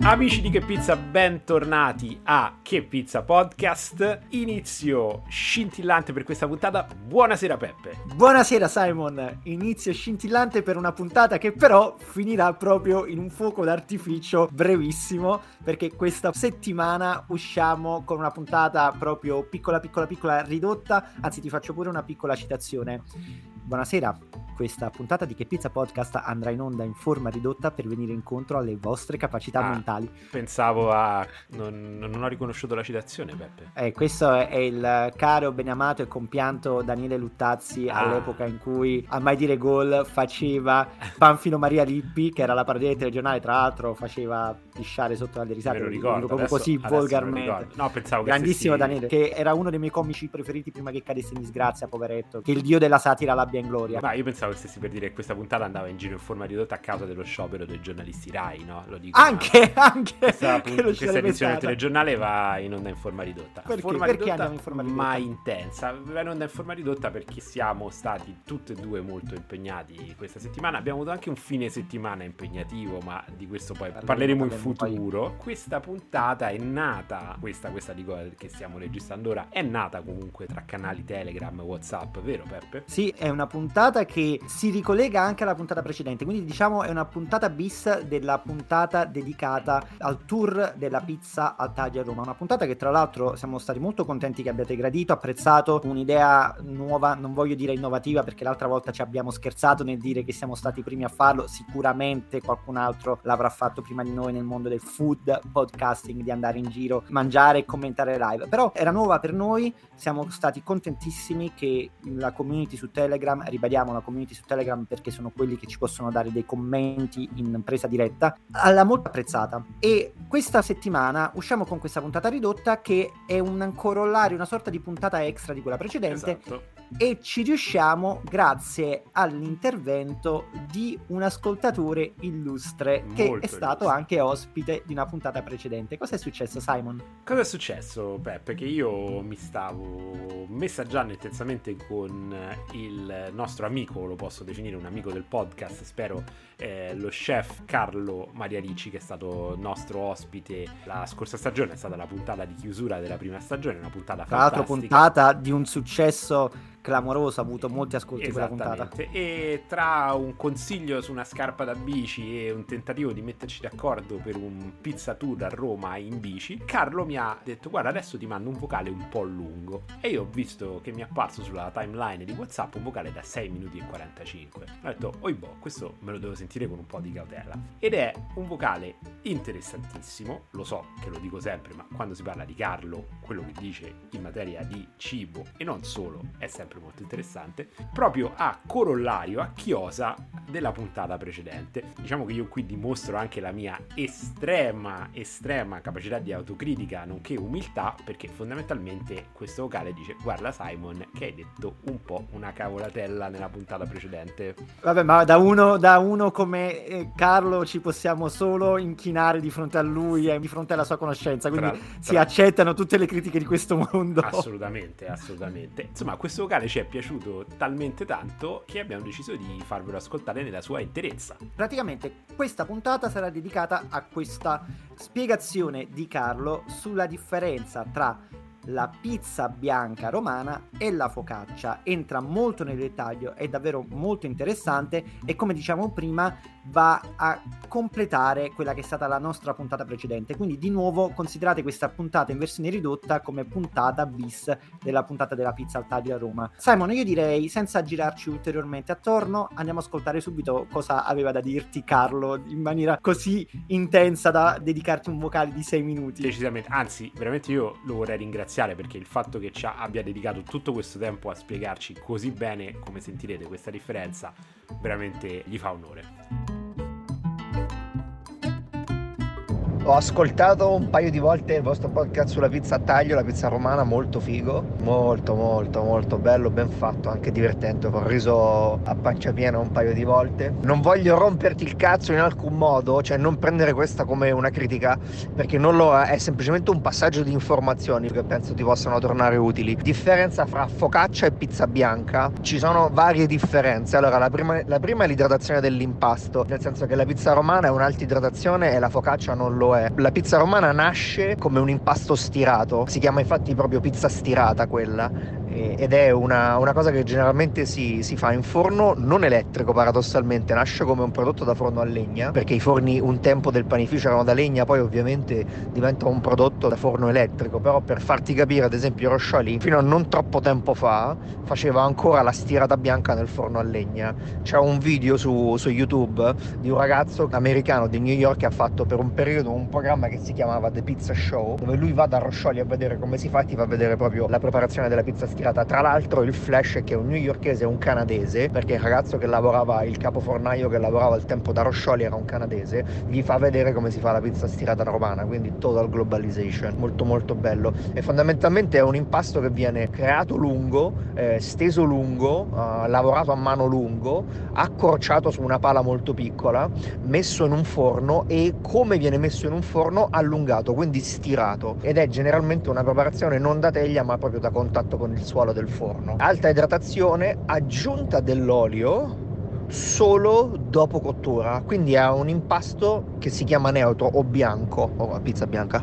Amici di Che Pizza, bentornati a Che Pizza Podcast. Inizio scintillante per questa puntata. Buonasera Peppe. Buonasera Simon. Inizio scintillante per una puntata che però finirà proprio in un fuoco d'artificio brevissimo, perché questa settimana usciamo con una puntata proprio piccola ridotta. Anzi, ti faccio pure una piccola citazione. Buonasera, questa puntata di Che Pizza Podcast andrà in onda in forma ridotta per venire incontro alle vostre capacità mentali. Pensavo a... Non ho riconosciuto la citazione, Peppe. Questo è il caro, beneamato e compianto Daniele Luttazzi all'epoca in cui a Mai Dire Gol faceva Panfilo Maria Lippi, che era la parodia del telegiornale, tra l'altro faceva pisciare sotto alle risate. Me lo ricordo, proprio così volgarmente. No, pensavo che grandissimo Daniele, che era uno dei miei comici preferiti prima che cadesse in disgrazia, poveretto, che il dio della satira l'abbia in gloria. Ma io pensavo che stessi per dire che questa puntata andava in giro in forma ridotta a causa dello sciopero dei giornalisti Rai, no? Lo dico. Anche questa edizione del telegiornale va in onda in forma ridotta. Perché andiamo in forma ridotta? Ma intensa. Va in onda in forma ridotta perché siamo stati tutti e due molto impegnati questa settimana. Abbiamo avuto anche un fine settimana impegnativo, ma di questo poi parleremo in futuro. Questa puntata è nata, questa dico che stiamo registrando ora, è nata comunque tra canali Telegram, WhatsApp, vero Peppe? Sì, è una puntata che si ricollega anche alla puntata precedente, quindi diciamo è una puntata bis della puntata dedicata al tour della pizza al taglio a Roma. Una puntata che tra l'altro siamo stati molto contenti che abbiate gradito, apprezzato, un'idea nuova, non voglio dire innovativa perché l'altra volta ci abbiamo scherzato nel dire che siamo stati i primi a farlo, sicuramente qualcun altro l'avrà fatto prima di noi nel mondo del food podcasting, di andare in giro, mangiare e commentare live, però era nuova per noi, siamo stati contentissimi che la community su Telegram, ribadiamo la community su Telegram perché sono quelli che ci possono dare dei commenti in presa diretta, l'ha molto apprezzata. E questa settimana usciamo con questa puntata ridotta che è un corollario, una sorta di puntata extra di quella precedente. Esatto. E ci riusciamo grazie all'intervento di un ascoltatore illustre che è stato anche ospite di una puntata precedente. Cosa è successo, Simon? Cosa è successo, Peppe? Che io mi stavo messaggiando intensamente con il nostro amico, lo posso definire un amico del podcast, spero, lo chef Carlo Maria Ricci, che è stato nostro ospite la scorsa stagione, è stata la puntata di chiusura della prima stagione, una puntata tra fantastica. l'altro puntata di un successo clamoroso, ha avuto molti ascolti quella puntata. E tra un consiglio su una scarpa da bici e un tentativo di metterci d'accordo per un pizza tour a Roma in bici, Carlo mi ha detto: guarda, adesso ti mando un vocale un po' lungo. E io ho visto che mi è apparso sulla timeline di WhatsApp un vocale da 6 minuti e 45. Ho detto: oibò, questo me lo devo sentire con un po' di cautela. Ed è un vocale interessantissimo, lo so che lo dico sempre, ma quando si parla di Carlo, quello che dice in materia di cibo e non solo è sempre molto interessante, proprio a corollario, a chiosa della puntata precedente. Diciamo che io qui dimostro anche la mia estrema capacità di autocritica nonché umiltà, perché fondamentalmente questo vocale dice: guarda Simon, che hai detto un po' una cavolatella nella puntata precedente. Vabbè, ma da uno come Carlo ci possiamo solo inchinare di fronte a lui e di fronte alla sua conoscenza, quindi si accettano tutte le critiche di questo mondo. Assolutamente. Insomma, questo vocale ci è piaciuto talmente tanto che abbiamo deciso di farvelo ascoltare nella sua interezza. Praticamente questa puntata sarà dedicata a questa spiegazione di Carlo sulla differenza tra la pizza bianca romana e la focaccia. Entra molto nel dettaglio, è davvero molto interessante e, come diciamo prima, va a completare quella che è stata la nostra puntata precedente. Quindi di nuovo considerate questa puntata in versione ridotta come puntata bis della puntata della pizza al taglio a Roma. Simon, io direi, senza girarci ulteriormente attorno, andiamo a ascoltare subito cosa aveva da dirti Carlo in maniera così intensa da dedicarti un vocale di 6 minuti. Decisamente, anzi veramente io lo vorrei ringraziare, perché il fatto che ci abbia dedicato tutto questo tempo a spiegarci così bene, come sentirete, questa differenza veramente gli fa onore. Ho ascoltato un paio di volte il vostro podcast sulla pizza a taglio, la pizza romana, molto figo. Molto molto molto bello, ben fatto, anche divertente, ho riso a pancia piena un paio di volte. Non voglio romperti il cazzo in alcun modo, cioè non prendere questa come una critica, perché non lo è semplicemente un passaggio di informazioni che penso ti possano tornare utili. Differenza fra focaccia e pizza bianca, ci sono varie differenze. Allora la prima è l'idratazione dell'impasto, nel senso che la pizza romana è un'alta idratazione e la focaccia non lo è. La pizza romana nasce come un impasto stirato, si chiama infatti proprio pizza stirata quella, ed è una cosa che generalmente si fa in forno non elettrico, paradossalmente nasce come un prodotto da forno a legna, perché i forni un tempo del panificio erano da legna, poi ovviamente diventa un prodotto da forno elettrico. Però per farti capire, ad esempio Roscioli fino a non troppo tempo fa faceva ancora la stirata bianca nel forno a legna. C'è un video su YouTube di un ragazzo americano di New York che ha fatto per un periodo un programma che si chiamava The Pizza Show, dove lui va da Roscioli a vedere come si fa e ti fa vedere proprio la preparazione della pizza stirata. Tra l'altro il flash è che è un newyorkese e un canadese, perché il ragazzo che lavorava, il capofornaio che lavorava al tempo da Roscioli era un canadese, gli fa vedere come si fa la pizza stirata romana, quindi total globalization, molto molto bello. E fondamentalmente è un impasto che viene creato lungo, steso lungo, lavorato a mano lungo, accorciato su una pala molto piccola, messo in un forno e, come viene messo in un forno, allungato, quindi stirato, ed è generalmente una preparazione non da teglia ma proprio da contatto con il suolo del forno. Alta idratazione, aggiunta dell'olio solo dopo cottura, quindi ha un impasto che si chiama neutro o bianco, o pizza bianca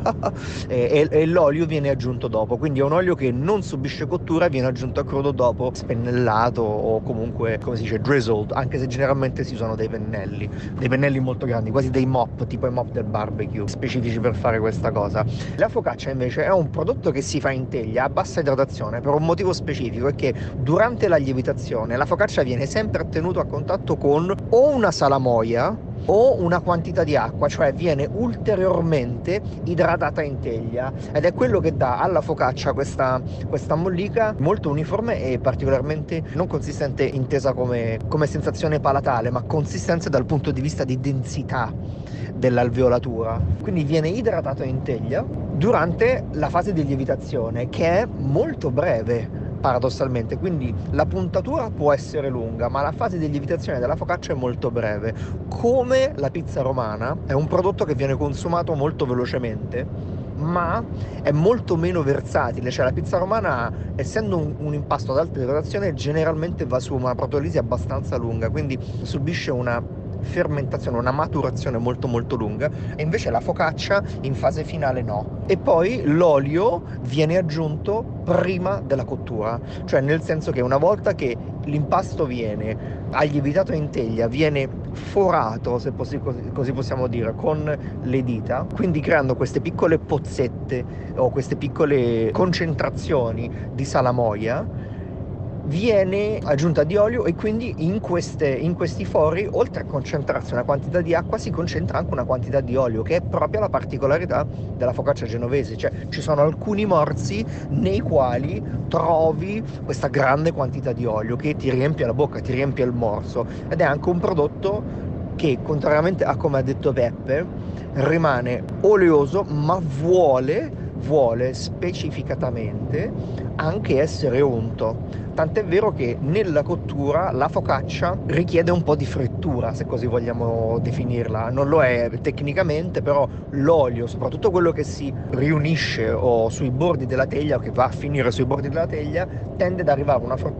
e l'olio viene aggiunto dopo, quindi è un olio che non subisce cottura, viene aggiunto a crudo dopo, spennellato o comunque, come si dice, drizzled, anche se generalmente si usano dei pennelli molto grandi, quasi dei mop, tipo i mop del barbecue, specifici per fare questa cosa. La focaccia invece è un prodotto che si fa in teglia a bassa idratazione per un motivo specifico, è che durante la lievitazione la focaccia viene sempre tenuta a contatto con o una salamoia o una quantità di acqua, cioè viene ulteriormente idratata in teglia, ed è quello che dà alla focaccia questa mollica molto uniforme e particolarmente non consistente intesa come sensazione palatale, ma consistente dal punto di vista di densità dell'alveolatura. Quindi viene idratato in teglia durante la fase di lievitazione, che è molto breve paradossalmente, quindi la puntatura può essere lunga ma la fase di lievitazione della focaccia è molto breve. Come la pizza romana è un prodotto che viene consumato molto velocemente ma è molto meno versatile, cioè la pizza romana, essendo un impasto ad alta idratazione, generalmente va su una protolisi abbastanza lunga, quindi subisce una fermentazione, una maturazione molto molto lunga, e invece la focaccia in fase finale no. E poi l'olio viene aggiunto prima della cottura, cioè nel senso che una volta che l'impasto viene lievitato in teglia, viene forato, se così possiamo dire, con le dita, quindi creando queste piccole pozzette o queste piccole concentrazioni di salamoia, viene aggiunta di olio, e quindi in questi fori, oltre a concentrarsi una quantità di acqua, si concentra anche una quantità di olio, che è proprio la particolarità della focaccia genovese. Cioè ci sono alcuni morsi nei quali trovi questa grande quantità di olio che ti riempie la bocca, ti riempie il morso, ed è anche un prodotto che, contrariamente a come ha detto Peppe, rimane oleoso ma vuole specificatamente anche essere unto. Tant'è vero che nella cottura la focaccia richiede un po' di frittura, se così vogliamo definirla. Non lo è tecnicamente, però l'olio, soprattutto quello che si riunisce o sui bordi della teglia, o che va a finire sui bordi della teglia, tende ad arrivare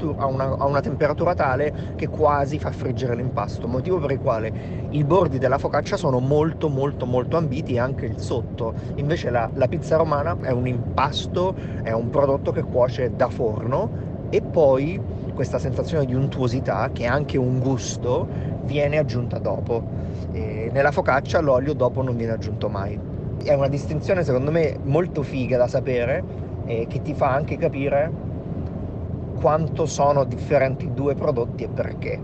a una temperatura tale che quasi fa friggere l'impasto, motivo per il quale i bordi della focaccia sono molto molto molto ambiti, e anche il sotto. Invece la pizza romana è un impasto, è un prodotto che cuoce da forno, e poi questa sensazione di untuosità, che è anche un gusto, viene aggiunta dopo. E nella focaccia l'olio dopo non viene aggiunto mai. È una distinzione secondo me molto figa da sapere, e che ti fa anche capire quanto sono differenti i due prodotti e perché.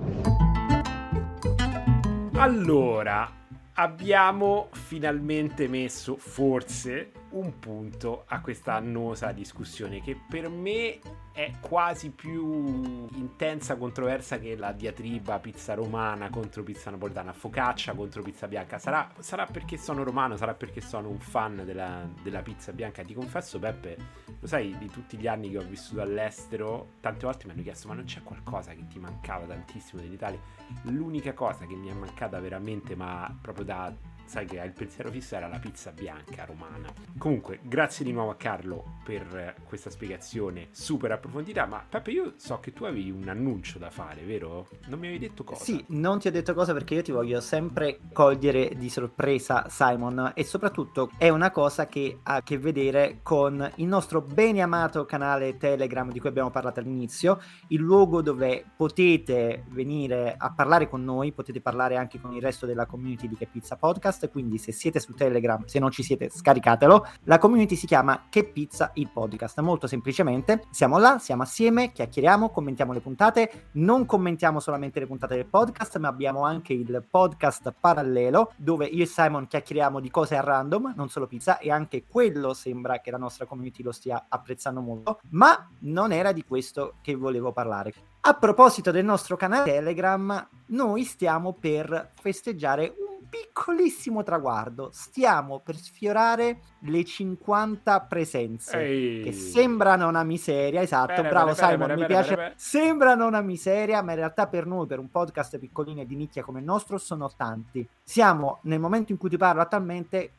Allora, abbiamo finalmente messo, forse, un punto a questa annosa discussione che per me è quasi più intensa, controversa che la diatriba pizza romana contro pizza napoletana, focaccia contro pizza bianca. Sarà perché sono romano, sarà perché sono un fan della pizza bianca. Ti confesso, Peppe, lo sai, di tutti gli anni che ho vissuto all'estero, tante volte mi hanno chiesto: ma non c'è qualcosa che ti mancava tantissimo dell'Italia? L'unica cosa che mi è mancata veramente, ma proprio sai che il pensiero fisso, era la pizza bianca romana. Comunque, grazie di nuovo a Carlo per questa spiegazione super approfondita. Ma Peppe, io so che tu avevi un annuncio da fare, vero? Non mi avevi detto cosa? Sì, non ti ho detto cosa perché io ti voglio sempre cogliere di sorpresa, Simon, e soprattutto è una cosa che ha a che vedere con il nostro bene amato canale Telegram di cui abbiamo parlato all'inizio, il luogo dove potete venire a parlare con noi, potete parlare anche con il resto della community di Che Pizza Podcast. Quindi se siete su Telegram, se non ci siete, scaricatelo. La community si chiama Che Pizza il Podcast, molto semplicemente siamo là, siamo assieme, chiacchieriamo, commentiamo le puntate, non commentiamo solamente le puntate del podcast, ma abbiamo anche il podcast parallelo dove io e Simon chiacchieriamo di cose a random, non solo pizza, e anche quello sembra che la nostra community lo stia apprezzando molto. Ma non era di questo che volevo parlare. A proposito del nostro canale Telegram, noi stiamo per festeggiare un piccolissimo traguardo. Stiamo per sfiorare le 50 presenze. Ehi. Che sembrano una miseria. Esatto, bravo Simon, mi piace. Sembrano una miseria, ma in realtà per noi, per un podcast piccolino e di nicchia come il nostro, sono tanti. Siamo, nel momento in cui ti parlo attualmente,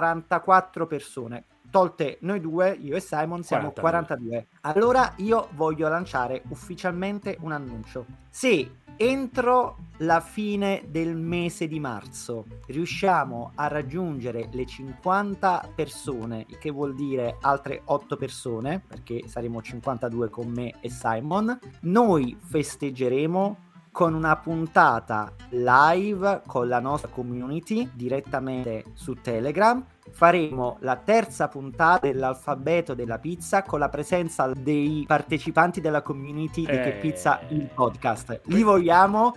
44 persone. Tolte noi due, io e Simon, siamo 42. Allora io voglio lanciare ufficialmente un annuncio. Se entro la fine del mese di marzo riusciamo a raggiungere le 50 persone, che vuol dire altre 8 persone, perché saremo 52 con me e Simon, noi festeggeremo con una puntata live con la nostra community direttamente su Telegram. Faremo la terza puntata dell'alfabeto della pizza con la presenza dei partecipanti della community di Che Pizza il Podcast. Li vogliamo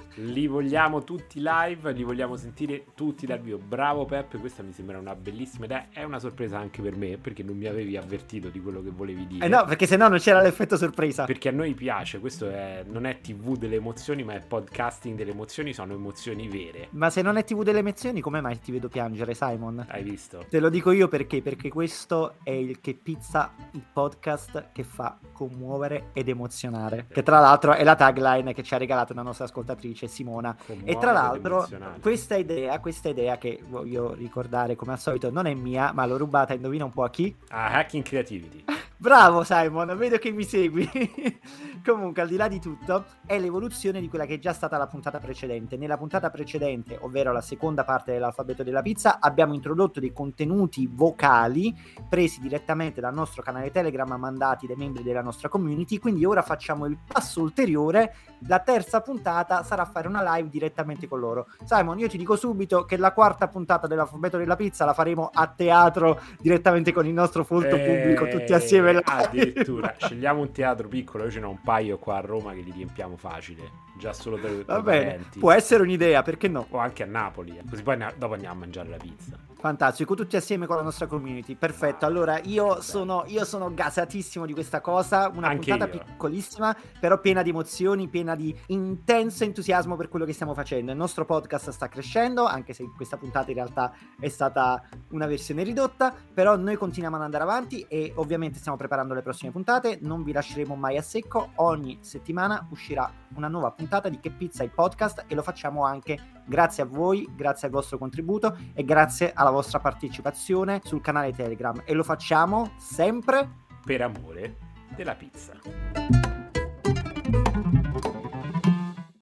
tutti live, li vogliamo sentire tutti dal vivo. Bravo Peppe, questa mi sembra una bellissima idea. È una sorpresa anche per me, perché non mi avevi avvertito di quello che volevi dire. No, perché sennò non c'era l'effetto sorpresa. Perché a noi piace, questo non è TV delle emozioni, ma è podcasting delle emozioni, sono emozioni vere. Ma se non è TV delle emozioni, come mai ti vedo piangere, Simon? Hai visto? Te lo dico io perché questo è il Che Pizza, il podcast che fa commuovere ed emozionare, che tra l'altro è la tagline che ci ha regalato una nostra ascoltatrice, Simona. E tra l'altro questa idea che voglio ricordare come al solito non è mia, ma l'ho rubata, indovina un po' a chi? A Hacking Creativity. Bravo Simon, vedo che mi segui. Comunque, al di là di tutto, è l'evoluzione di quella che è già stata la puntata precedente. Nella puntata precedente, ovvero la seconda parte dell'alfabeto della pizza, abbiamo introdotto dei contenuti vocali presi direttamente dal nostro canale Telegram, mandati dai membri della nostra community. Quindi ora facciamo il passo ulteriore. La terza puntata sarà fare una live direttamente con loro. Simon, io ti dico subito che la quarta puntata dell'alfabeto della pizza la faremo a teatro direttamente con il nostro folto pubblico, tutti assieme. Addirittura scegliamo un teatro piccolo, io ce n'ho un paio qua a Roma che li riempiamo facile, già solo per va bene, può essere un'idea, perché no? O anche a Napoli, così poi dopo andiamo a mangiare la pizza. Fantastico, tutti assieme con la nostra community, perfetto. Allora io sono gasatissimo di questa cosa, una anche puntata io. Piccolissima, però piena di emozioni, piena di intenso entusiasmo per quello che stiamo facendo. Il nostro podcast sta crescendo, anche se questa puntata in realtà è stata una versione ridotta, però noi continuiamo ad andare avanti e ovviamente stiamo preparando le prossime puntate, non vi lasceremo mai a secco. Ogni settimana uscirà una nuova puntata di Che Pizza il Podcast e lo facciamo anche grazie a voi, grazie al vostro contributo e grazie alla vostra partecipazione sul canale Telegram, e lo facciamo sempre per amore della pizza.